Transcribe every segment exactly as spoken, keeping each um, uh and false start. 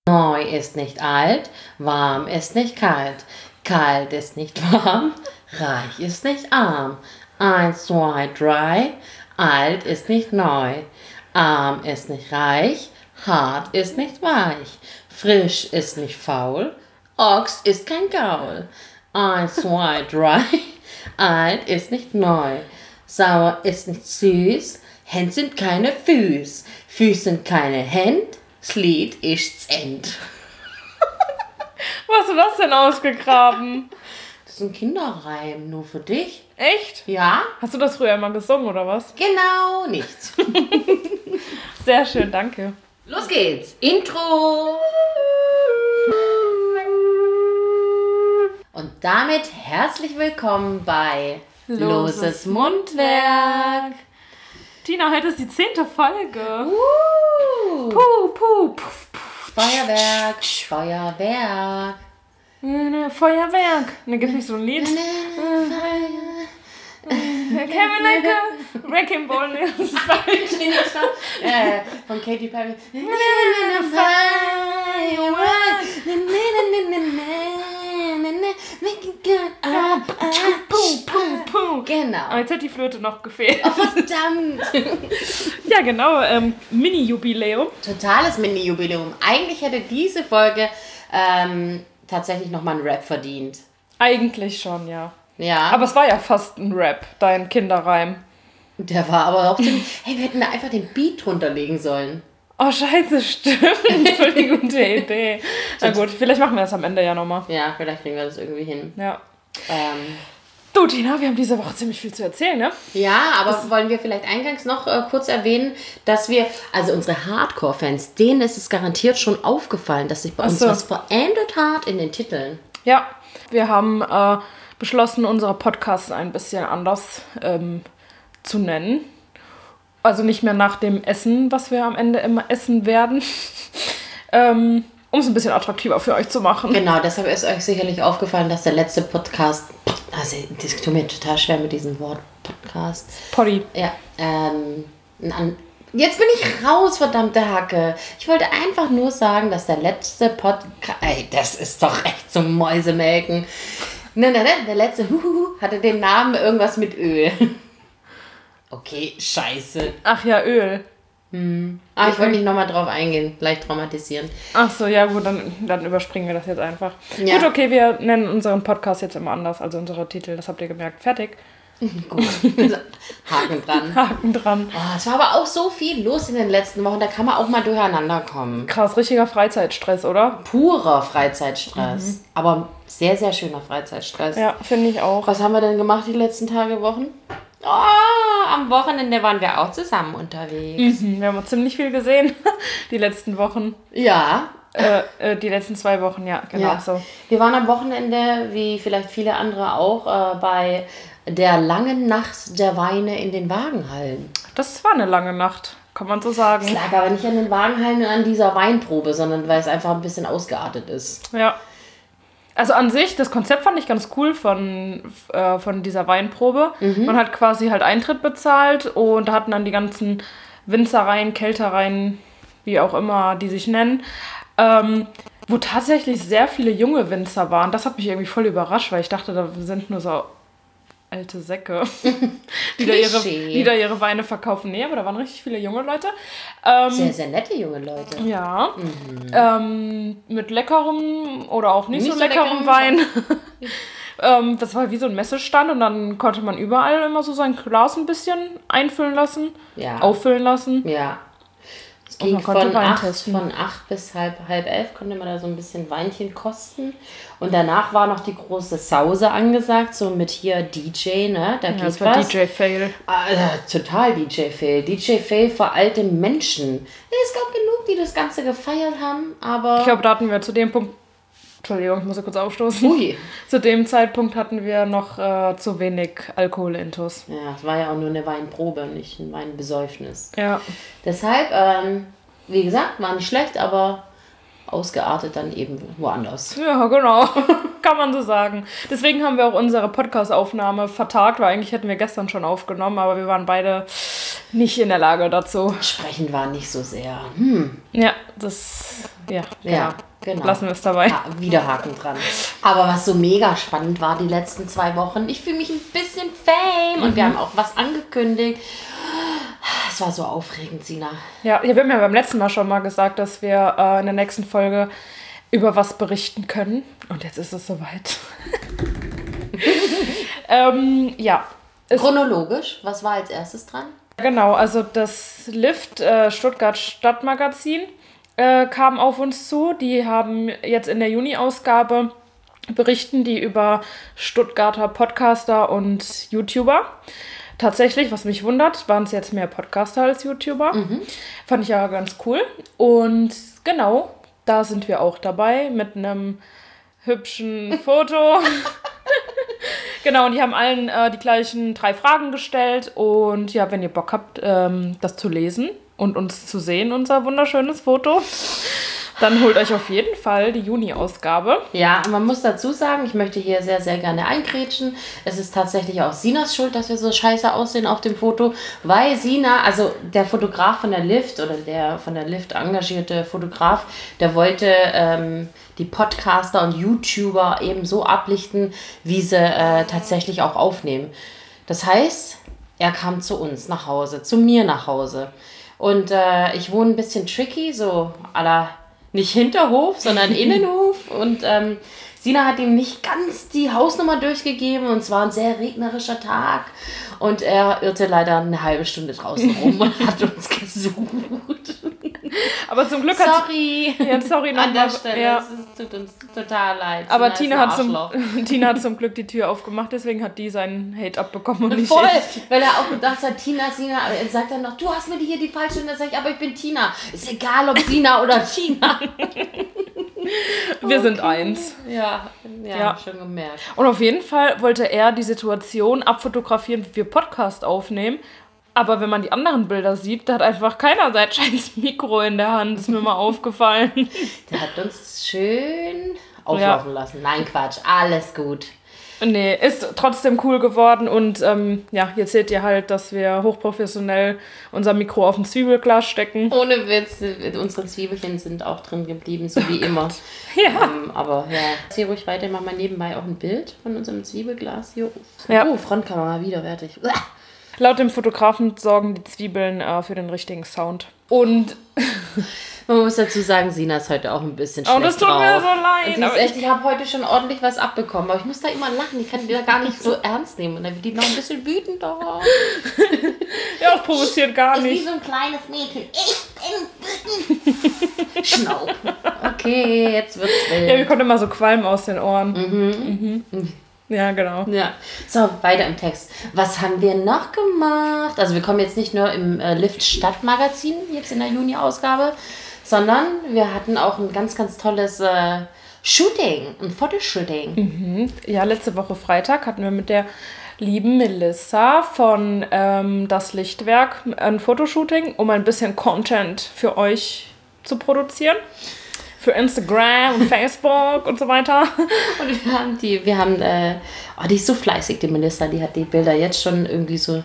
Neu ist nicht alt, warm ist nicht kalt, kalt ist nicht warm, reich ist nicht arm. Eins, zwei, drei, alt ist nicht neu, arm ist nicht reich, hart ist nicht weich, frisch ist nicht faul, Ochs ist kein Gaul. Eins, zwei, drei, alt ist nicht neu, sauer ist nicht süß, Händ sind keine Füß, Füß sind keine Händ, das Lied ist's End. Wo hast du das denn ausgegraben? Das ist ein Kinderreim, nur für dich. Echt? Ja? Hast du das früher immer gesungen, oder was? Genau, nichts. Sehr schön, danke. Los geht's. Intro. Und damit herzlich willkommen bei Loses Loses Mundwerk. Tina, heute ist die zehnte Folge. Uh, Puh, puh, puff, puff. Feuerwerk, Feuerwerk. Ne, Feuerwerk. Ne, gibt's nicht so ein Lied? Kevin like a Wrecking Ball. Das ist falsch. äh, von Katy Perry. Genau. Aber jetzt hat die Flöte noch gefehlt. Oh, verdammt. Ja, genau. Ähm, Mini-Jubiläum. Totales Mini-Jubiläum. Eigentlich hätte diese Folge ähm, tatsächlich nochmal einen Rap verdient. Eigentlich schon, ja. Ja. Aber es war ja fast ein Rap, dein Kinderreim. Der war aber auch ziemlich... Hey, wir hätten da einfach den Beat drunter legen sollen. Oh, scheiße, stimmt. Voll die gute Idee. Na gut, vielleicht machen wir das am Ende ja nochmal. Ja, vielleicht kriegen wir das irgendwie hin. Ja. Ähm, Du, Tina, wir haben diese Woche ziemlich viel zu erzählen, ne? ja, aber das wollen wir vielleicht eingangs noch äh, kurz erwähnen, dass wir, also unsere Hardcore-Fans, denen ist es garantiert schon aufgefallen, dass sich bei Ach uns so. was verändert hat in den Titeln. Ja, wir haben äh, beschlossen, unsere Podcasts ein bisschen anders ähm, zu nennen. Also nicht mehr nach dem Essen, was wir am Ende immer essen werden. ähm, um es ein bisschen attraktiver für euch zu machen. Genau, deshalb ist euch sicherlich aufgefallen, dass der letzte Podcast, also das tut mir total schwer mit diesem Wort Podcast. Poddy. Ja, ähm, an, jetzt bin ich raus, verdammte Hacke. Ich wollte einfach nur sagen, dass der letzte Podcast, ey, das ist doch echt zum Mäusemelken. Nein, nein, nein, der letzte Huhuhu hatte den Namen irgendwas mit Öl. Okay, scheiße. Ach ja, Öl. Aber ich wollte nicht nochmal drauf eingehen, leicht traumatisieren. Ach so, ja gut, dann, dann überspringen wir das jetzt einfach. Ja. Gut, okay, wir nennen unseren Podcast jetzt immer anders, also unsere Titel, das habt ihr gemerkt. Fertig. Gut. Haken dran. Haken dran. Oh, es war aber auch so viel los in den letzten Wochen, da kann man auch mal durcheinander kommen. Krass, richtiger Freizeitstress, oder? Purer Freizeitstress. Aber sehr, sehr schöner Freizeitstress. Ja, finde ich auch. Was haben wir denn gemacht die letzten Tage, Wochen? Oh, am Wochenende waren wir auch zusammen unterwegs. Mhm, wir haben ziemlich viel gesehen, die letzten Wochen. Ja. Äh, äh, die letzten zwei Wochen, ja, genau ja. so. Wir waren am Wochenende, wie vielleicht viele andere auch, äh, bei der langen Nacht der Weine in den Wagenhallen. Das war eine lange Nacht, kann man so sagen. Es lag aber nicht an den Wagenhallen und an dieser Weinprobe, sondern weil es einfach ein bisschen ausgeartet ist. Ja. Also an sich, das Konzept fand ich ganz cool von, äh, von dieser Weinprobe. Mhm. Man hat quasi halt Eintritt bezahlt und da hatten dann die ganzen Winzereien, Keltereien, wie auch immer die sich nennen, ähm, wo tatsächlich sehr viele junge Winzer waren. Das hat mich irgendwie voll überrascht, weil ich dachte, da sind nur so alte Säcke, die, da ihre, die da ihre Weine verkaufen. Nee, aber da waren richtig viele junge Leute. Ähm, sehr, sehr nette junge Leute. Ja, mhm. ähm, mit leckerem oder auch nicht, nicht so, so leckerem, leckerem Wein. ähm, das war wie so ein Messestand und dann konnte man überall immer so sein Glas ein bisschen einfüllen lassen, ja. auffüllen lassen. Ja. Es ging von acht, von acht bis halb, halb elf konnte man da so ein bisschen Weinchen kosten. Und danach war noch die große Sause angesagt, so mit hier D J, ne? Da ja, geht das war was. D J-Fail. Alter, total D J-Fail. D J-Fail für alte Menschen. Es gab genug, die das Ganze gefeiert haben, aber... Ich glaube, da hatten wir zu dem Punkt... Entschuldigung, ich muss ja kurz aufstoßen. Ui. Zu dem Zeitpunkt hatten wir noch äh, zu wenig Alkohol-Intus. Ja, es war ja auch nur eine Weinprobe, nicht ein Weinbesäufnis. Ja. Deshalb, ähm, wie gesagt, war nicht schlecht, aber ausgeartet dann eben woanders. Ja, genau. Kann man so sagen. Deswegen haben wir auch unsere Podcast-Aufnahme vertagt, weil eigentlich hätten wir gestern schon aufgenommen, aber wir waren beide nicht in der Lage dazu. Sprechen war nicht so sehr. Hm. Ja, das, ja, genau. Ja, genau. Lassen wir es dabei. Ah, wieder Haken dran. Aber was so mega spannend war die letzten zwei Wochen, ich fühle mich ein bisschen Fame mhm. und wir haben auch was angekündigt. Es war so aufregend, Sina. Ja, wir haben ja beim letzten Mal schon mal gesagt, dass wir äh, in der nächsten Folge über was berichten können. Und jetzt ist es soweit. ähm, ja. Chronologisch, was war als erstes dran? Genau, also das Lift äh, Stuttgart Stadtmagazin äh, kam auf uns zu. Die haben jetzt in der Juni-Ausgabe berichten die über Stuttgarter Podcaster und YouTuber. Tatsächlich, was mich wundert, waren es jetzt mehr Podcaster als YouTuber. Mhm. Fand ich ja ganz cool. Und genau, da sind wir auch dabei mit einem hübschen Foto. Genau, und die haben allen äh, die gleichen drei Fragen gestellt. Und ja, wenn ihr Bock habt, ähm, das zu lesen und uns zu sehen, unser wunderschönes Foto, dann holt euch auf jeden Fall die Juni-Ausgabe. Ja, man muss dazu sagen, ich möchte hier sehr, sehr gerne eingrätschen. Es ist tatsächlich auch Sinas Schuld, dass wir so scheiße aussehen auf dem Foto, weil Sina, also der Fotograf von der Lift oder der von der Lift engagierte Fotograf, der wollte ähm, die Podcaster und YouTuber eben so ablichten, wie sie äh, tatsächlich auch aufnehmen. Das heißt, er kam zu uns nach Hause, zu mir nach Hause. Und äh, ich wohne ein bisschen tricky, so à la nicht Hinterhof, sondern Innenhof. Und ähm, Sina hat ihm nicht ganz die Hausnummer durchgegeben. Und es war ein sehr regnerischer Tag. Und er irrte leider eine halbe Stunde draußen rum und hat uns gesucht. Aber zum Glück hat... Sorry. Ja, sorry An der Stelle. Ja. Es tut uns total leid. Aber Tina hat, zum, Tina hat zum Glück die Tür aufgemacht. Deswegen hat die seinen Hate abbekommen und nicht Voll, ich. weil er auch gedacht hat, Tina, Sina. Er sagt dann noch, du hast mir hier die falsche. Und dann sage ich, aber ich bin Tina. Ist egal, ob Sina oder Tina. Wir okay. sind eins. Ja, ja, ja, schon gemerkt. Und auf jeden Fall wollte er die Situation abfotografieren, wie wir Podcast aufnehmen. Aber wenn man die anderen Bilder sieht, da hat einfach keiner sein scheiß Mikro in der Hand. Ist mir mal aufgefallen. Der hat uns schön auflaufen ja. lassen. Nein, Quatsch. Alles gut. Nee, ist trotzdem cool geworden. Und ähm, ja, jetzt seht ihr halt, dass wir hochprofessionell unser Mikro auf ein Zwiebelglas stecken. Ohne Witz. Unsere Zwiebelchen sind auch drin geblieben, so wie oh immer. Ja. Ähm, aber ja, erzähl ruhig weiter. Mach mal nebenbei auch ein Bild von unserem Zwiebelglas hier. Ja. Oh, Frontkamera, widerwärtig. Laut dem Fotografen sorgen die Zwiebeln äh, für den richtigen Sound. Und man muss dazu sagen, Sina ist heute auch ein bisschen schlecht drauf. Oh, das tut drauf. mir so leid. Und aber echt, ich habe heute schon ordentlich was abbekommen. Aber ich muss da immer lachen. Ich kann die da gar nicht so ernst nehmen. Und dann wird die noch ein bisschen wütender. Ja, das provoziert gar ich, nicht. Ich bin wie so ein kleines Mädchen. Ich bin wütend. Schnaub. Okay, jetzt wird's wild. Ja, mir kommt immer so Qualm aus den Ohren. Mhm. Mhm. Ja, genau. Ja. So, weiter im Text. Was haben wir noch gemacht? Also wir kommen jetzt nicht nur im äh, Lift Stadtmagazin, jetzt in der Juni-Ausgabe, sondern wir hatten auch ein ganz, ganz tolles äh, Shooting, ein Fotoshooting. Mhm. Ja, letzte Woche Freitag hatten wir mit der lieben Melissa von ähm, Das Lichtwerk ein Fotoshooting, um ein bisschen Content für euch zu produzieren. Für Instagram und Facebook und so weiter. Und wir haben die, wir haben, äh, oh, die ist so fleißig, die Melissa, die hat die Bilder jetzt schon irgendwie so.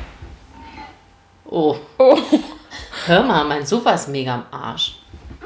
Oh. Oh. Hör mal, mein Sofa ist mega am Arsch.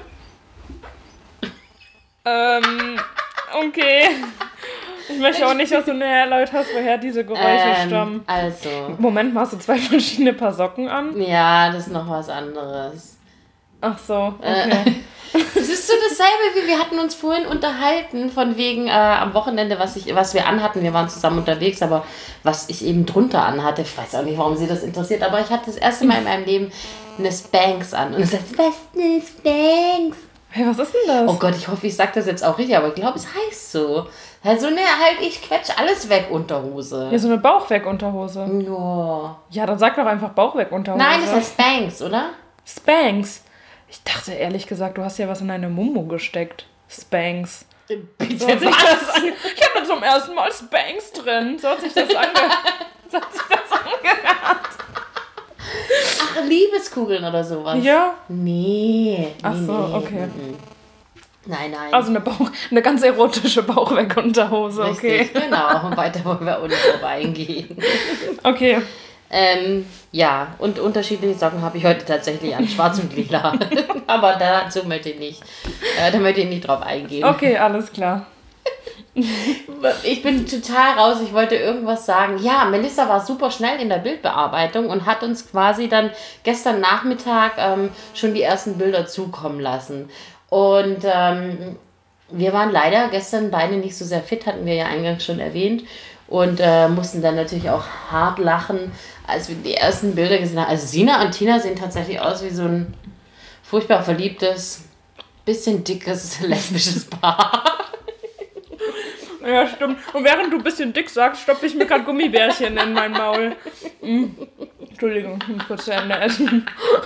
Ähm, okay. Ich möchte auch nicht, dass du näher erläuterst, woher diese Geräusche ähm, stammen. Also. Moment, machst du zwei verschiedene Paar Socken an? Ja, das ist noch was anderes. Ach so, okay. Äh, es ist so dasselbe, wie wir hatten uns vorhin unterhalten, von wegen äh, am Wochenende, was, ich, was wir anhatten. Wir waren zusammen unterwegs, aber was ich eben drunter anhatte, ich weiß auch nicht, warum sie das interessiert, aber ich hatte das erste Mal in meinem Leben eine Spanx an. Und ich sagte, was ist eine Spanx? Hey, was ist denn das? Oh Gott, ich hoffe, ich sage das jetzt auch richtig, aber ich glaube, es heißt so. Also eine halt, ich quetsch alles weg Unterhose. Ja, so eine Bauchweg-Unterhose. Ja. Ja, dann sag doch einfach Bauchweg-Unterhose. Nein, das heißt Spanx, oder? Spanx. Ich dachte ehrlich gesagt, du hast ja was in deine Mumu gesteckt. Spanx. Bitte so hat sich das an- ich habe zum ersten Mal Spanx drin. So hat sich das angehört. So hat sich das angehört. Ach, Liebeskugeln oder sowas? Ja. Nee. Ach so, nee, okay. nee. Nein, nein. Also eine, Bauch, eine ganz erotische Bauchweg-Unterhose, okay. Richtig, genau. Und weiter wollen wir auch nicht drauf eingehen. Okay. Ähm, ja, und unterschiedliche Socken habe ich heute tatsächlich an, schwarz und lila. Aber dazu möchte ich nicht, äh, da möchte ich nicht drauf eingehen. Okay, alles klar. Ich bin total raus, ich wollte irgendwas sagen. Ja, Melissa war super schnell in der Bildbearbeitung und hat uns quasi dann gestern Nachmittag ähm, schon die ersten Bilder zukommen lassen. Und ähm, wir waren leider gestern beide nicht so sehr fit, hatten wir ja eingangs schon erwähnt. Und äh, mussten dann natürlich auch hart lachen, als wir die ersten Bilder gesehen haben. Also Sina und Tina sehen tatsächlich aus wie so ein furchtbar verliebtes, bisschen dickes, lesbisches Paar. Ja, stimmt. Und während du ein bisschen dick sagst, stopfe ich mir gerade Gummibärchen in mein Maul. Mm. Entschuldigung, ich muss kurz zu Ende essen.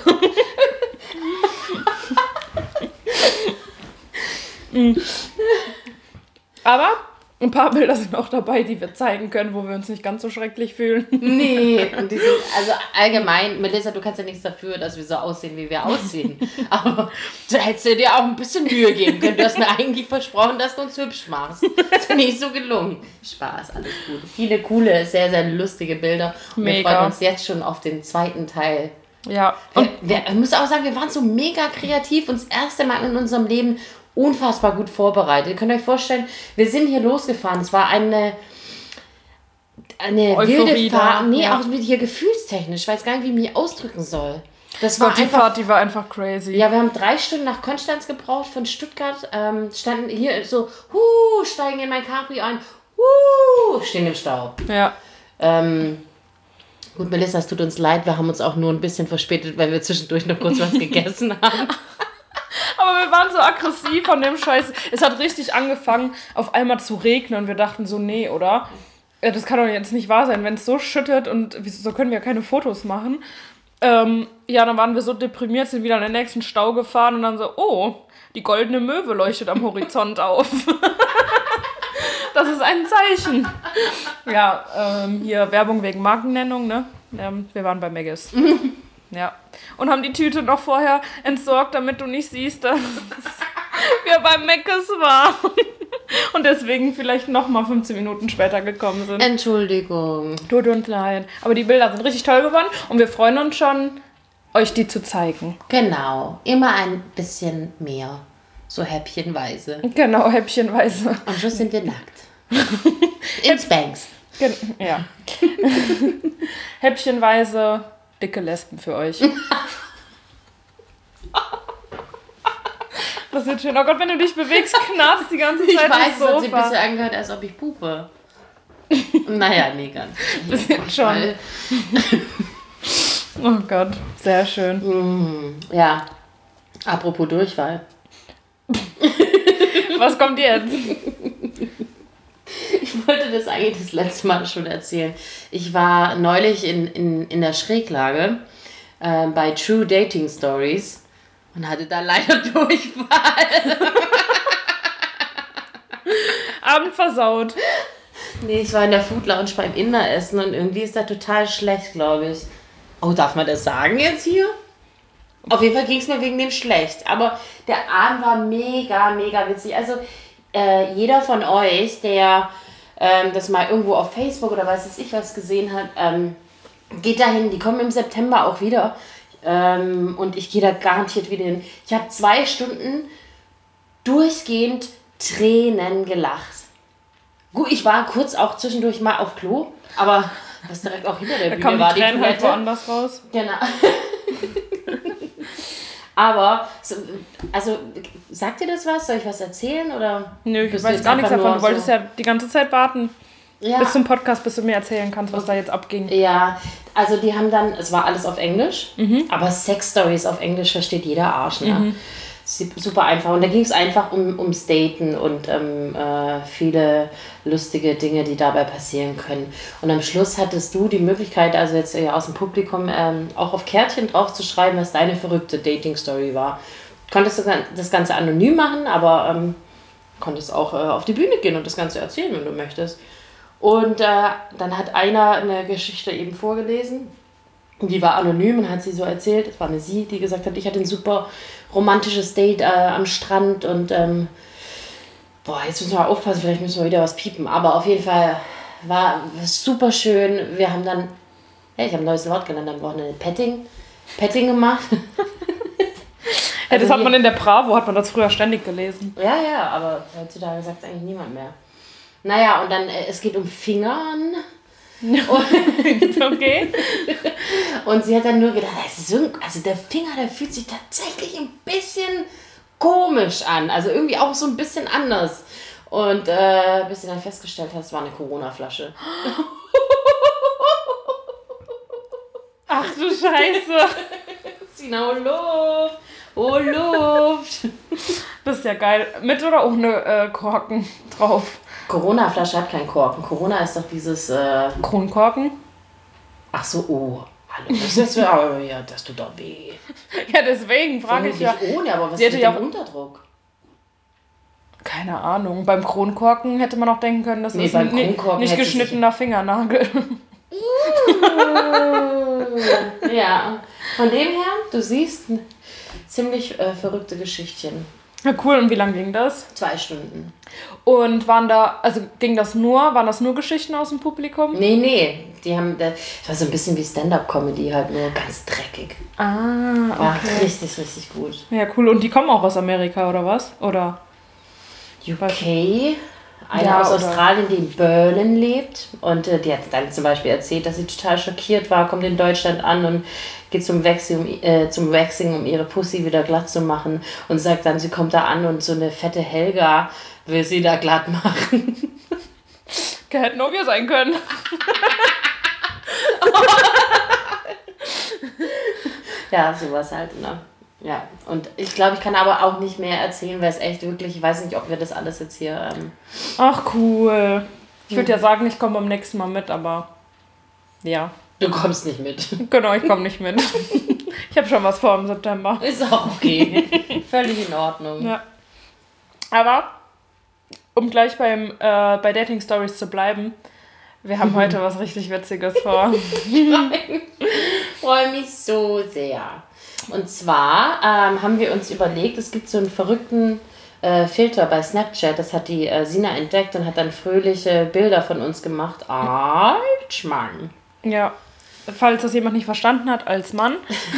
mm. Aber ein paar Bilder sind auch dabei, die wir zeigen können, wo wir uns nicht ganz so schrecklich fühlen. Nee, und die sind, also allgemein, Melissa, du kannst ja nichts dafür, dass wir so aussehen, wie wir aussehen. Aber da hättest du dir auch ein bisschen Mühe geben können. Du hast mir eigentlich versprochen, dass du uns hübsch machst. Das ist ja nicht so gelungen. Spaß, alles gut. Viele coole, sehr, sehr lustige Bilder. Und mega. Wir freuen uns jetzt schon auf den zweiten Teil. Ja. Und wir, wir, ich muss auch sagen, wir waren so mega kreativ und das erste Mal in unserem Leben unfassbar gut vorbereitet. Ihr könnt euch vorstellen, wir sind hier losgefahren. Es war eine, eine wilde Fahrt. Nee, ja. Auch mit hier gefühlstechnisch. Ich weiß gar nicht, wie ich mich ausdrücken soll. Das war die einfach, Fahrt, die war einfach crazy. Ja, wir haben drei Stunden nach Konstanz gebraucht von Stuttgart. Ähm, standen hier so, huh, steigen in mein Cabrio ein, huh, stehen im Stau. Ja. Ähm, gut, Melissa, es tut uns leid. Wir haben uns auch nur ein bisschen verspätet, weil wir zwischendurch noch kurz was gegessen haben. Aber wir waren so aggressiv von dem Scheiß. Es hat richtig angefangen, auf einmal zu regnen. Und wir dachten so, nee, oder? Das kann doch jetzt nicht wahr sein, wenn es so schüttet und so können wir keine Fotos machen. Ähm, ja, dann waren wir so deprimiert, sind wieder in den nächsten Stau gefahren und dann so, oh, die goldene Möwe leuchtet am Horizont auf. Das ist ein Zeichen. Ja, ähm, hier Werbung wegen Markennennung, ne? Ähm, wir waren bei Maggis. Ja. Und haben die Tüte noch vorher entsorgt, damit du nicht siehst, dass wir beim Meckes waren. Und deswegen vielleicht nochmal fünfzehn Minuten später gekommen sind. Entschuldigung. Tut uns leid. Aber die Bilder sind richtig toll geworden und wir freuen uns schon, euch die zu zeigen. Genau. Immer ein bisschen mehr. So häppchenweise. Genau, häppchenweise. Am Schluss sind wir nackt. In Spanks. Gen- ja. Häppchenweise dicke Lesben für euch. Das wird schön. Oh Gott, wenn du dich bewegst, knarzt die ganze Zeit. Ich weiß, das es hat sich ein bisschen angehört, als ob ich pupe. Naja, nee, ganz. Bisschen schon. Oh Gott, sehr schön. Mm, ja, apropos Durchfall. Was kommt jetzt? Ich wollte das eigentlich das letzte Mal schon erzählen. Ich war neulich in, in, in der Schräglage äh, bei True Dating Stories und hatte da leider Durchfall. Abend versaut. Nee, ich war in der Food Lounge beim Inneressen und irgendwie ist da total schlecht, glaube ich. Oh, darf man das sagen jetzt hier? Auf jeden Fall ging es mir wegen dem schlecht. Aber der Abend war mega, mega witzig. Also äh, jeder von euch, der ähm, das mal irgendwo auf Facebook oder weiß ich was gesehen hat, ähm, geht dahin. Die kommen im September auch wieder. Ähm, und ich gehe da garantiert wieder hin. Ich habe zwei Stunden durchgehend Tränen gelacht. Gut, ich war kurz auch zwischendurch mal auf Klo, aber was direkt auch hinter der da Bühne war, die Tränen halt Toilette. woanders raus. Genau. Aber, so, also, sagt dir das was? Soll ich was erzählen? Oder Nö, ich weiß gar nichts davon. Du wolltest so ja die ganze Zeit warten. Ja. Bis zum Podcast, bis du mir erzählen kannst, was da jetzt abging. Ja, also die haben dann, es war alles auf Englisch, mhm. aber Sex-Stories auf Englisch versteht jeder Arsch, ne? Mhm. Super einfach. Und da ging es einfach um, ums Daten und ähm, äh, viele lustige Dinge, die dabei passieren können. Und am Schluss hattest du die Möglichkeit, also jetzt äh, aus dem Publikum, ähm, auch auf Kärtchen drauf zu schreiben, was deine verrückte Dating-Story war. Konntest du das Ganze anonym machen, aber ähm, konntest auch äh, auf die Bühne gehen und das Ganze erzählen, wenn du möchtest. Und äh, dann hat einer eine Geschichte eben vorgelesen. Die war anonym und hat sie so erzählt. Es war eine sie, die gesagt hat, ich hatte ein super romantisches Date äh, am Strand und ähm, boah, jetzt müssen wir mal aufpassen, vielleicht müssen wir wieder was piepen. Aber auf jeden Fall war es super schön. Wir haben dann Ja, ich habe ein neues Wort gelernt am Wochenende. Petting. Petting gemacht. Ja, das hat man in der Bravo, hat man das früher ständig gelesen. Ja, ja, aber heutzutage sagt es eigentlich niemand mehr. Naja, und dann, äh, es geht um Fingern. Okay. Und sie hat dann nur gedacht, das ist so, also der Finger, der fühlt sich tatsächlich ein bisschen komisch an. Also irgendwie auch so ein bisschen anders. Und äh, bis sie dann festgestellt hat, es war eine Corona-Flasche. Ach du Scheiße. Sina, oh Luft. Oh Luft. Das ist ja geil. Mit oder ohne äh, Korken drauf? Corona-Flasche hat keinen Korken. Corona ist doch dieses... Äh Kronkorken? Ach so, oh. Hallo, das ist ja, aber ja, das tut doch weh. Ja, deswegen frage ich ja. Ohne, aber was Sie ist hätte mit ja dem auch- Unterdruck? Keine Ahnung. Beim Kronkorken hätte man auch denken können, das Nee, ist beim ein ni- Kronkorken nicht hätte sie geschnittener Fingernagel. Ja, von dem her, du siehst, ziemlich äh, verrückte Geschichtchen. Ja, cool. Und wie lang ging das? Zwei Stunden. Und waren da, also ging das nur, waren das nur Geschichten aus dem Publikum? Nee, nee, die haben, das war so ein bisschen wie Stand-Up-Comedy, halt nur ganz dreckig. Ah, War okay. richtig, richtig gut. Ja, cool. Und die kommen auch aus Amerika, oder was? Oder? U K, eine Ja, aus oder- Australien, die in Berlin lebt. Und äh, die hat dann zum Beispiel erzählt, dass sie total schockiert war, kommt in Deutschland an und geht zum Waxing, um, äh, zum Waxing, um ihre Pussy wieder glatt zu machen. Und sagt dann, sie kommt da an und so eine fette Helga will sie da glatt machen. Hätten nur wir sein können. Ja, sowas halt, ne? Ja, und ich glaube, ich kann aber auch nicht mehr erzählen, weil es echt wirklich, ich weiß nicht, ob wir das alles jetzt hier... Ähm, Ach, cool. Ich würde ja sagen, ich komme beim nächsten Mal mit, aber ja. du kommst nicht mit. Genau, ich komme nicht mit. Ich habe schon was vor im September. Ist auch okay. Völlig in Ordnung. Ja. Aber, um gleich beim, äh, bei Dating Stories zu bleiben, wir haben heute was richtig Witziges vor. Ich freue mich so sehr. Und zwar ähm, haben wir uns überlegt, es gibt so einen verrückten äh, Filter bei Snapchat. Das hat die äh, Sina entdeckt und hat dann fröhliche Bilder von uns gemacht. Alter Mann. Ja, falls das jemand nicht verstanden hat, als Mann.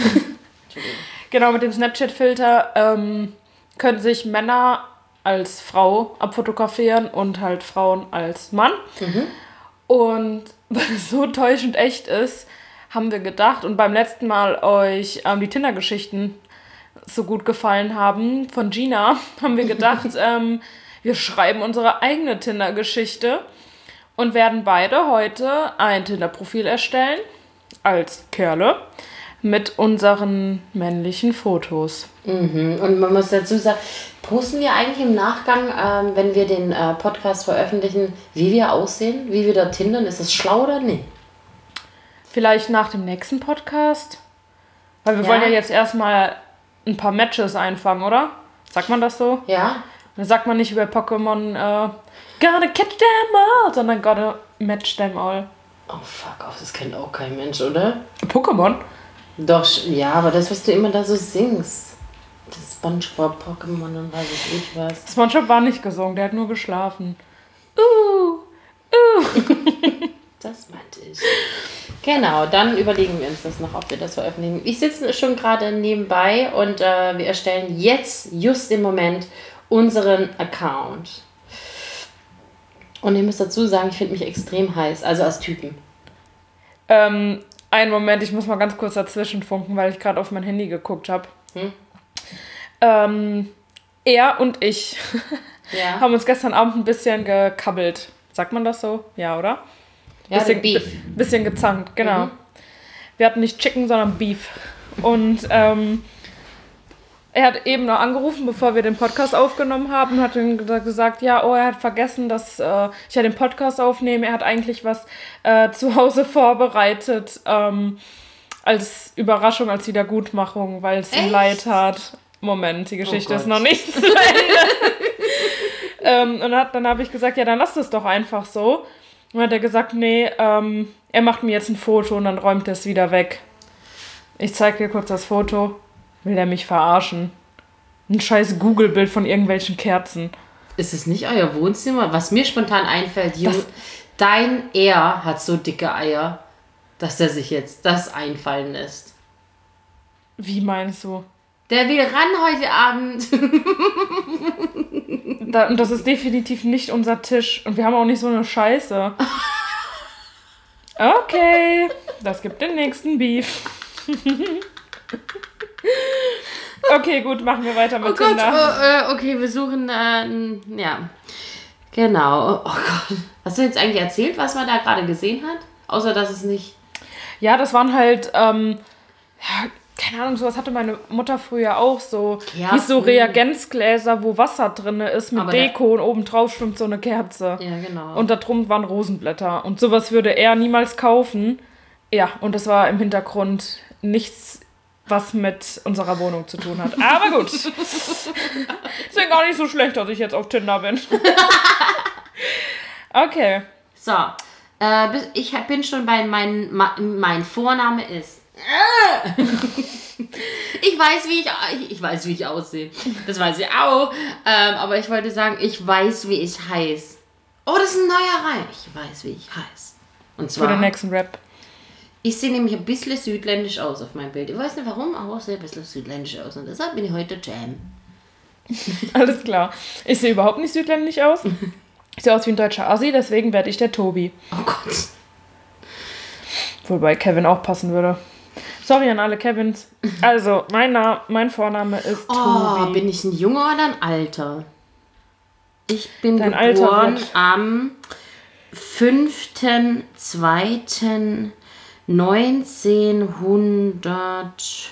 Genau, mit dem Snapchat-Filter ähm, können sich Männer als Frau abfotografieren und halt Frauen als Mann. Mhm. Und weil es so täuschend echt ist, haben wir gedacht, und beim letzten Mal euch ähm, die Tinder-Geschichten so gut gefallen haben von Gina, haben wir gedacht, ähm, wir schreiben unsere eigene Tinder-Geschichte und werden beide heute ein Tinder-Profil erstellen als Kerle mit unseren männlichen Fotos. Mhm. Und man muss dazu sagen, posten wir eigentlich im Nachgang, ähm, wenn wir den äh, Podcast veröffentlichen, wie wir aussehen, wie wir da tindern? Ist das schlau oder nicht? Vielleicht nach dem nächsten Podcast? Weil wir Ja. wollen ja jetzt erstmal ein paar Matches einfangen, oder? Sagt man das so? Ja? Dann sagt man nicht über Pokémon, äh, gotta catch them all, sondern gotta match them all. Oh fuck off, das kennt auch kein Mensch, oder? Pokémon? Doch, sch- ja, aber das, was du immer da so singst. Das Spongebob, Pokémon und weiß ich nicht was. SpongeBob war nicht gesungen, der hat nur geschlafen. Uh, uh. Das meinte ich. Genau, dann überlegen wir uns das noch, ob wir das veröffentlichen. Ich sitze schon gerade nebenbei und äh, wir erstellen jetzt, just im Moment, unseren Account. Und ich muss dazu sagen, ich finde mich extrem heiß, also als Typen. Ähm, einen Moment, ich muss mal ganz kurz dazwischen funken, weil ich gerade auf mein Handy geguckt habe. Hm? Ähm, er und ich Ja, haben uns gestern Abend ein bisschen gekabbelt. Sagt man das so? Ja, oder? ja bisschen, Beef. bi- bisschen gezankt, genau. Mhm. Wir hatten nicht Chicken, sondern Beef. Und ähm, er hat eben noch angerufen, bevor wir den Podcast aufgenommen haben, und hat dann gesa- gesagt, ja, oh, er hat vergessen, dass äh, ich ja den Podcast aufnehme. Er hat eigentlich was äh, zu Hause vorbereitet ähm, als Überraschung, als Wiedergutmachung, weil es ihm Echt? leid tat. Moment, die Geschichte Oh ist Gott. noch nicht zu Ende. ähm, und hat, dann habe ich gesagt, ja, dann lass es doch einfach so. Und hat er gesagt, nee, ähm, er macht mir jetzt ein Foto und dann räumt er es wieder weg. Ich zeige dir kurz das Foto. Will er mich verarschen? Ein scheiß Google-Bild von irgendwelchen Kerzen. Ist es nicht euer Wohnzimmer? Was mir spontan einfällt, Junge, dein Er hat so dicke Eier. dass der sich jetzt das einfallen lässt. Wie meinst du? Der will ran heute Abend. Da, und das ist definitiv nicht unser Tisch. Und wir haben auch nicht so eine Scheiße. Okay, das gibt den nächsten Beef. Okay, gut, machen wir weiter mit Oh Gott, Tinder. oh, äh, okay, wir suchen, äh, ja, genau. Oh Gott, hast du jetzt eigentlich erzählt, was man da gerade gesehen hat? Außer, dass es nicht... Ja, das waren halt, ähm, ja, keine Ahnung, sowas hatte meine Mutter früher auch so. Kerzen. Wie so Reagenzgläser, wo Wasser drin ist mit Aber Deko und oben drauf schwimmt so eine Kerze. Ja, genau. Und da drum waren Rosenblätter. Und sowas würde er niemals kaufen. Ja, und das war im Hintergrund nichts, was mit unserer Wohnung zu tun hat. Aber gut. Ist ja gar nicht so schlecht, dass ich jetzt auf Tinder bin. Okay. So, äh, bis- ich hab- bin schon bei mein, ma- mein Vorname ist. Ich weiß, wie ich, ich, ich weiß, wie ich aussehe. Das weiß ich auch. Ähm, aber ich wollte sagen, ich weiß, wie ich heiße. Oh, das ist ein neuer Reim. Ich weiß, wie ich heiße. Und Für den zwar, nächsten Rap. ich sehe nämlich ein bisschen südländisch aus auf meinem Bild. Ich weiß nicht warum, aber ich sehe ein bisschen südländisch aus. Und deshalb bin ich heute Jam. Alles klar. Ich sehe überhaupt nicht südländisch aus. Ich sehe aus wie ein deutscher Assi, deswegen werde ich der Tobi. Oh Gott. Wobei Kevin auch passen würde. Sorry an alle Kevins. Also, mein, Na- mein Vorname ist Oh, Tobi. bin ich ein Junge oder ein Alter? Ich bin Dein Alter geboren wird- am fünften zweiten neunzehnhundert.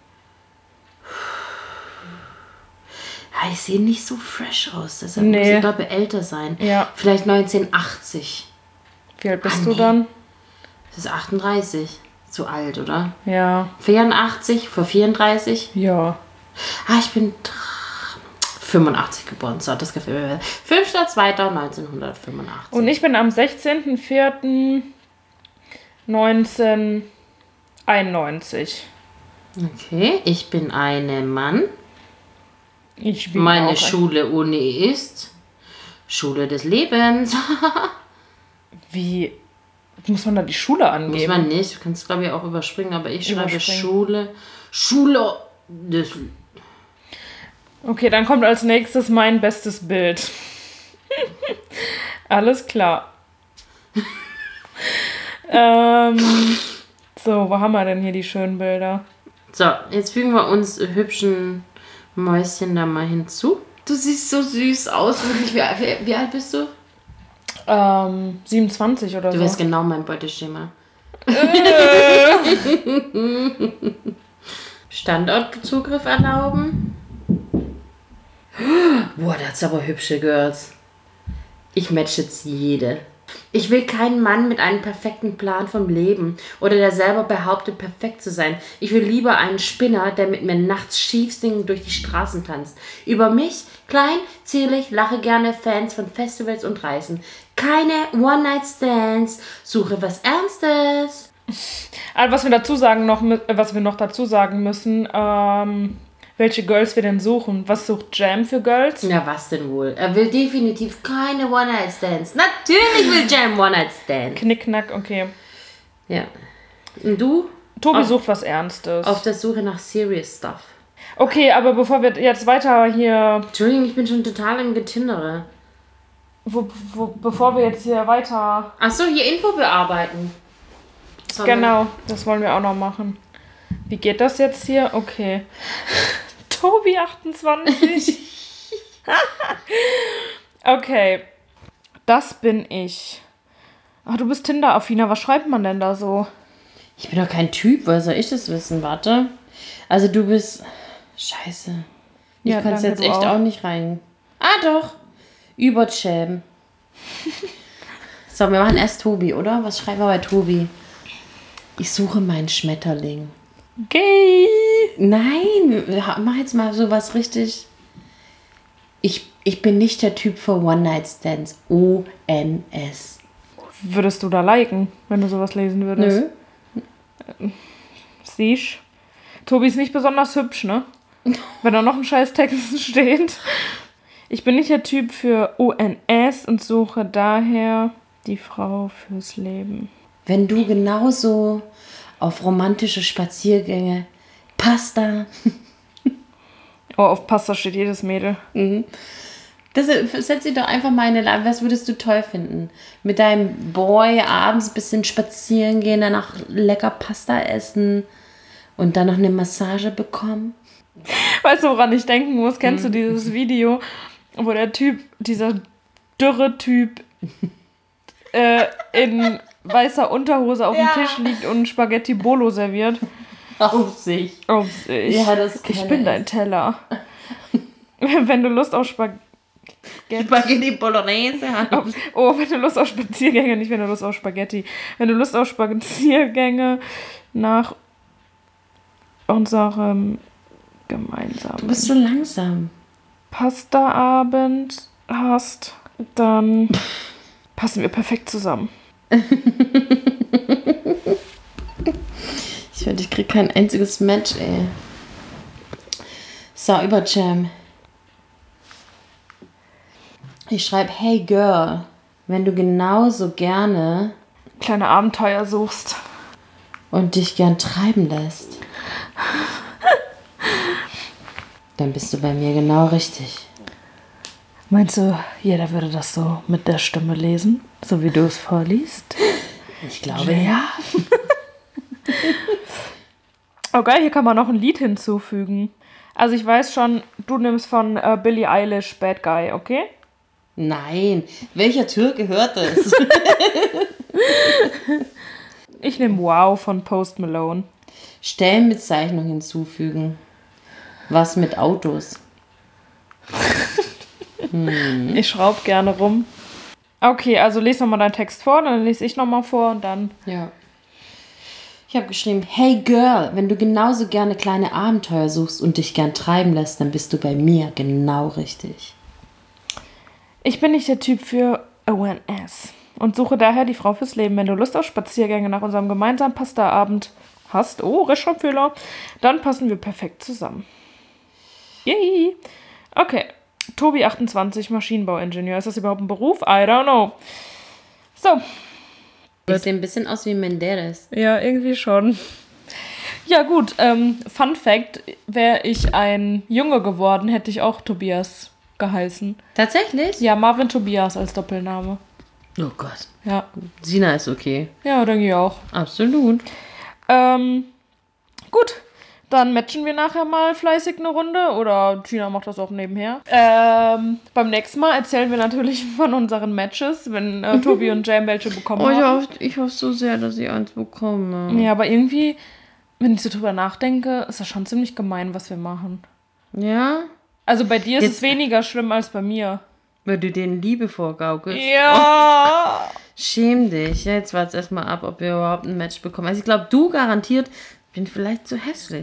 Ja, ich sehe nicht so fresh aus, deshalb Nee. muss ich glaube älter sein. Ja. Vielleicht neunzehnhundert-achtzig. Wie alt bist Ah, du nee. dann? Das ist achtunddreißig. Zu alt, oder? Ja. vierundachtzig, vor vierunddreißig. Ja. Ah, ich bin dr- fünfundachtzig geboren. So, das gefällt mir. fünfter zweiter neunzehnhundertfünfundachtzig. Und ich bin am sechzehnten vierten neunzehnhunderteinundneunzig. Okay, ich bin ein Mann. Ich bin Meine auch ein- Schule Uni ist Schule des Lebens. Wie muss man da die Schule angeben? Muss man nicht. Du kannst, glaube ich, auch überspringen, aber ich schreibe Überspringen. Schule. Schule des... Okay, dann kommt als nächstes mein bestes Bild. Alles klar. ähm, so, wo haben wir denn hier die schönen Bilder? So, jetzt fügen wir uns hübschen Mäuschen da mal hinzu. Du siehst so süß aus. Wirklich, wie, wie, wie alt bist du? Ähm, siebenundzwanzig oder Du so. wärst genau mein Beuteschema. Standortzugriff erlauben. Boah, da hat's aber hübsche Girls. Ich match jetzt jede. Ich will keinen Mann mit einem perfekten Plan vom Leben oder der selber behauptet, perfekt zu sein. Ich will lieber einen Spinner, der mit mir nachts schiefsingend durch die Straßen tanzt. Über mich, klein, zierlich, lache gerne, Fans von Festivals und Reisen. Keine One-Night-Stands, suche was Ernstes. Also, was wir dazu sagen noch, mü- äh, was wir noch dazu sagen müssen, ähm, welche Girls wir denn suchen. Was sucht Jam für Girls? Na, was denn wohl? Er will definitiv keine One-Night-Stands. Natürlich will Jam One-Night-Stands. Knickknack, okay. Ja. Und du? Tobi Auf- sucht was Ernstes. Auf der Suche nach Serious Stuff. Okay, aber bevor wir jetzt weiter hier, Entschuldigung, ich bin schon total im Getindere. wo, wo, bevor wir jetzt hier weiter, Achso, hier Info bearbeiten. Sollen genau, das wollen wir auch noch machen. Wie geht das jetzt hier? Okay. Tobi achtundzwanzig. Okay, das bin ich. Ach, du bist Tinder-affiner. Was schreibt man denn da so? Ich bin doch kein Typ, woher soll ich das wissen? Warte. Also du bist... Scheiße. Ich Ja, kann es danke, jetzt du echt auch. auch nicht rein. Ah, doch. Übercam. So, wir machen erst Tobi, oder? Was schreiben wir bei Tobi? Ich suche meinen Schmetterling. Gay. Nein, mach jetzt mal sowas richtig. Ich, ich bin nicht der Typ für One-Night-Stands. O N S. Würdest du da liken, wenn du sowas lesen würdest? Nö. Siehst. Tobi ist nicht besonders hübsch, ne? Wenn da noch ein scheiß Text steht. Ich bin nicht der Typ für O N S und suche daher die Frau fürs Leben. wenn du genauso auf romantische Spaziergänge, Pasta. Oh, auf Pasta steht jedes Mädel. Mhm. Das, setz dich doch einfach mal in eine Lage. Was würdest du toll finden? Mit deinem Boy abends ein bisschen spazieren gehen, danach lecker Pasta essen und dann noch eine Massage bekommen? Weißt du, woran ich denken muss? Kennst mhm. du dieses Video, wo der Typ, dieser dürre Typ äh, in weißer Unterhose auf ja. dem Tisch liegt und Spaghetti Bolo serviert? Auf sich. Auf sich. Ja, das ich bin dein Teller. Wenn du Lust auf Spaghetti... Spaghetti Bolognese hast. Oh, wenn du Lust auf Spaziergänge, nicht wenn du Lust auf Spaghetti. Wenn du Lust auf Spaziergänge nach unserem gemeinsamen... Du bist so langsam. Pasta-Abend hast, dann passen wir perfekt zusammen. Ich finde, ich krieg kein einziges Match, ey. So, über Jam. Ich schreibe, hey Girl, wenn du genauso gerne kleine Abenteuer suchst und dich gern treiben lässt, dann bist du bei mir genau richtig. Meinst du, jeder würde das so mit der Stimme lesen, so wie du es vorliest? Ich glaube, ja. Okay, hier kann man noch ein Lied hinzufügen. Also ich weiß schon, du nimmst von äh, Billie Eilish Bad Guy, okay? Nein, welcher Türke hört das? Ich nehme Wow von Post Malone. Stellenbezeichnung hinzufügen. Was mit Autos? hm. Ich schraube gerne rum. Okay, also lese nochmal deinen Text vor, dann lese ich nochmal vor und dann... Ja. Ich habe geschrieben, hey Girl, wenn du genauso gerne kleine Abenteuer suchst und dich gern treiben lässt, dann bist du bei mir genau richtig. Ich bin nicht der Typ für O N S und suche daher die Frau fürs Leben. Wenn du Lust auf Spaziergänge nach unserem gemeinsamen Pasta-Abend hast, oh, Rechtschreibfehler, dann passen wir perfekt zusammen. Yay! Okay, Tobi achtundzwanzig, Maschinenbauingenieur. Ist das überhaupt ein Beruf? I don't know. So. Ich sehe ein bisschen aus wie Menderes. Ja, irgendwie schon. Ja gut, ähm, Fun Fact, wäre ich ein Junge geworden, hätte ich auch Tobias geheißen. Tatsächlich? Ja, Marvin Tobias als Doppelname. Oh Gott. Ja. Sina ist okay. Ja, denke ich auch. Absolut. Ähm, gut, dann matchen wir nachher mal fleißig eine Runde oder Tina macht das auch nebenher. Ähm, beim nächsten Mal erzählen wir natürlich von unseren Matches, wenn äh, Tobi und Jam welche bekommen oh, ich haben. hoffe, ich hoffe so sehr, dass ich eins bekomme. Ja, aber irgendwie, wenn ich so drüber nachdenke, ist das schon ziemlich gemein, was wir machen. Ja? Also bei dir ist Jetzt, es weniger schlimm als bei mir. Weil du denen Liebe vorgaukelst. Ja. Oh, schäm dich. Ja, jetzt warte erstmal ab, ob wir überhaupt ein Match bekommen. Also ich glaube, du garantiert, bin vielleicht zu hässlich.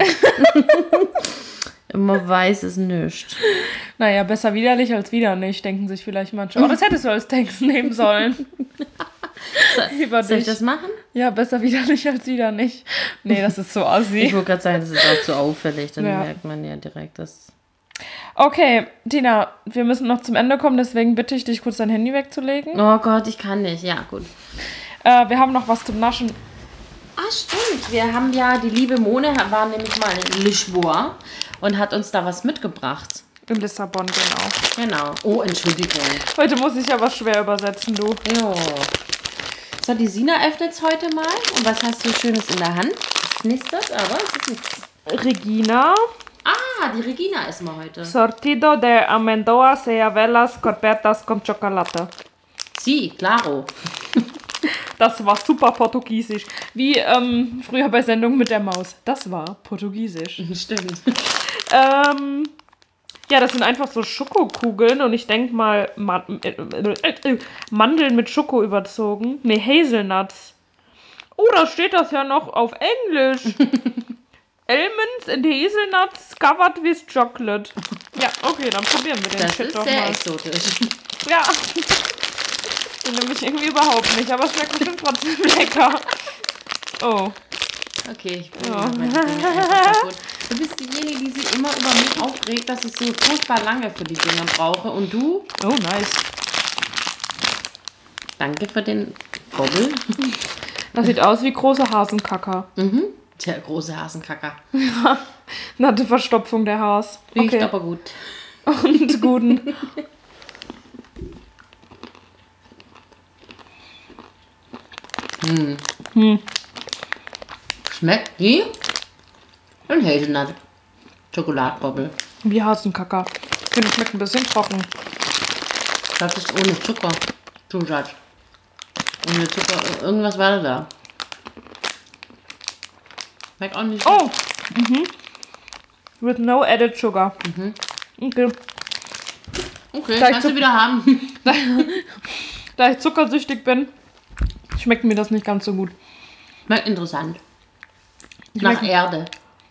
Man weiß es nicht. Naja, besser widerlich als wieder nicht, denken sich vielleicht manche. Oh, das hättest du als Text nehmen sollen. Über Soll dich. ich das machen? Ja, besser widerlich als wieder nicht. Nee, das ist so assi. Ich wollte gerade sagen, das ist auch zu auffällig. Dann ja. merkt man ja direkt, dass... Okay, Tina, wir müssen noch zum Ende kommen, deswegen bitte ich dich, kurz dein Handy wegzulegen. Oh Gott, ich kann nicht. Ja, gut. Äh, wir haben noch was zum Naschen. Ah, stimmt. Wir haben ja, die liebe Mone war nämlich mal in Lisboa und hat uns da was mitgebracht. In Lissabon, genau. Genau. Oh, Entschuldigung. Heute muss ich aber schwer übersetzen, du. Jo. So, die Sina öffnet es heute mal. Und was hast du Schönes in der Hand? Es knistert, aber es ist nichts. Regina. Ah, die Regina essen wir heute. Sortido de amendoas y avelas corbetas con chocolate. Si, claro. Das war super portugiesisch. Wie ähm, früher bei Sendung mit der Maus. Das war portugiesisch. Stimmt. ähm, ja, das sind einfach so Schokokugeln und ich denke mal Man- äh, äh, äh, Mandeln mit Schoko überzogen. Nee, Hazelnuts. Oh, da steht das ja noch auf Englisch. Almonds and hazelnuts covered with chocolate. Ja, okay, dann probieren wir den das Shit ist doch sehr mal. exotisch. Ja. Den nehme ich irgendwie überhaupt nicht, aber es schmeckt bestimmt trotzdem lecker. Oh. Okay, ich bin oh. meine Dinge einfach kaputt. Du bist diejenige, die sich immer über mich aufregt, dass ich so furchtbar lange für die Dinge brauche. Und du? Oh, nice. Danke für den Bobbel. Das sieht aus wie große Hasenkacker. Mhm. Tja, große Hasenkacker. Eine hatte Verstopfung der Has. Riecht aber gut. Und guten. Hm. Hm. Schmeckt wie ein Hazelnut Schokoladbobble. Wie Hasenkacker. Ich finde, es schmeckt ein bisschen trocken. Das ist ohne Zucker. Zusatz. Ohne Zucker. Irgendwas war da. Schmeckt auch nicht. Oh! Mhm. With no added sugar. Mhm. Okay. Okay, Da ich kannst du Zuck- wieder haben. Da ich zuckersüchtig bin, schmeckt mir das nicht ganz so gut. Schmeckt interessant. Nach Schmeckt- Erde.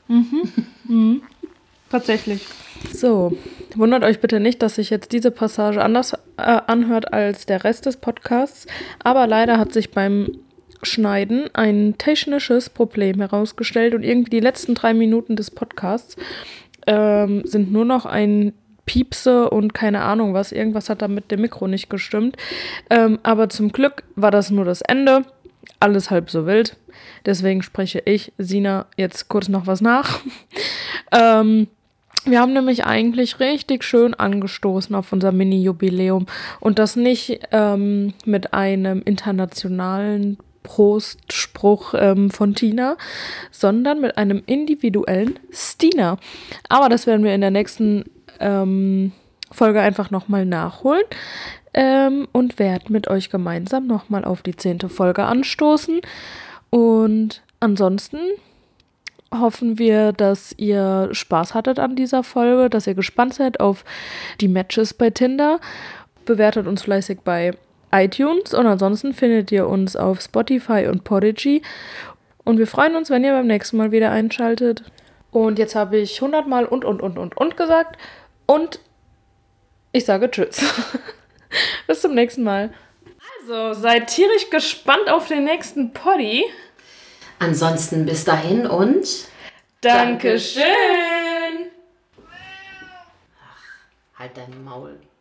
Tatsächlich. So, wundert euch bitte nicht, dass sich jetzt diese Passage anders äh, anhört als der Rest des Podcasts. Aber leider hat sich beim Schneiden ein technisches Problem herausgestellt und irgendwie die letzten drei Minuten des Podcasts ähm, sind nur noch ein Piepse und keine Ahnung was. Irgendwas hat da mit dem Mikro nicht gestimmt. Ähm, aber zum Glück war das nur das Ende. Alles halb so wild. Deswegen spreche ich, Sina, jetzt kurz noch was nach. ähm, wir haben nämlich eigentlich richtig schön angestoßen auf unser Mini-Jubiläum. Und das nicht ähm, mit einem internationalen Prostspruch ähm, von Tina, sondern mit einem individuellen Stina. Aber das werden wir in der nächsten ähm, Folge einfach nochmal nachholen. Ähm, und werden mit euch gemeinsam nochmal auf die zehnte Folge anstoßen. Und ansonsten hoffen wir, dass ihr Spaß hattet an dieser Folge, dass ihr gespannt seid auf die Matches bei Tinder. Bewertet uns fleißig bei iTunes und ansonsten findet ihr uns auf Spotify und Podigy. Und wir freuen uns, wenn ihr beim nächsten Mal wieder einschaltet. Und jetzt habe ich hundertmal und, und, und, und, und gesagt. Und ich sage Tschüss. Bis zum nächsten Mal. Also, seid tierisch gespannt auf den nächsten Poddy. Ansonsten bis dahin und Dankeschön. halt dein Maul.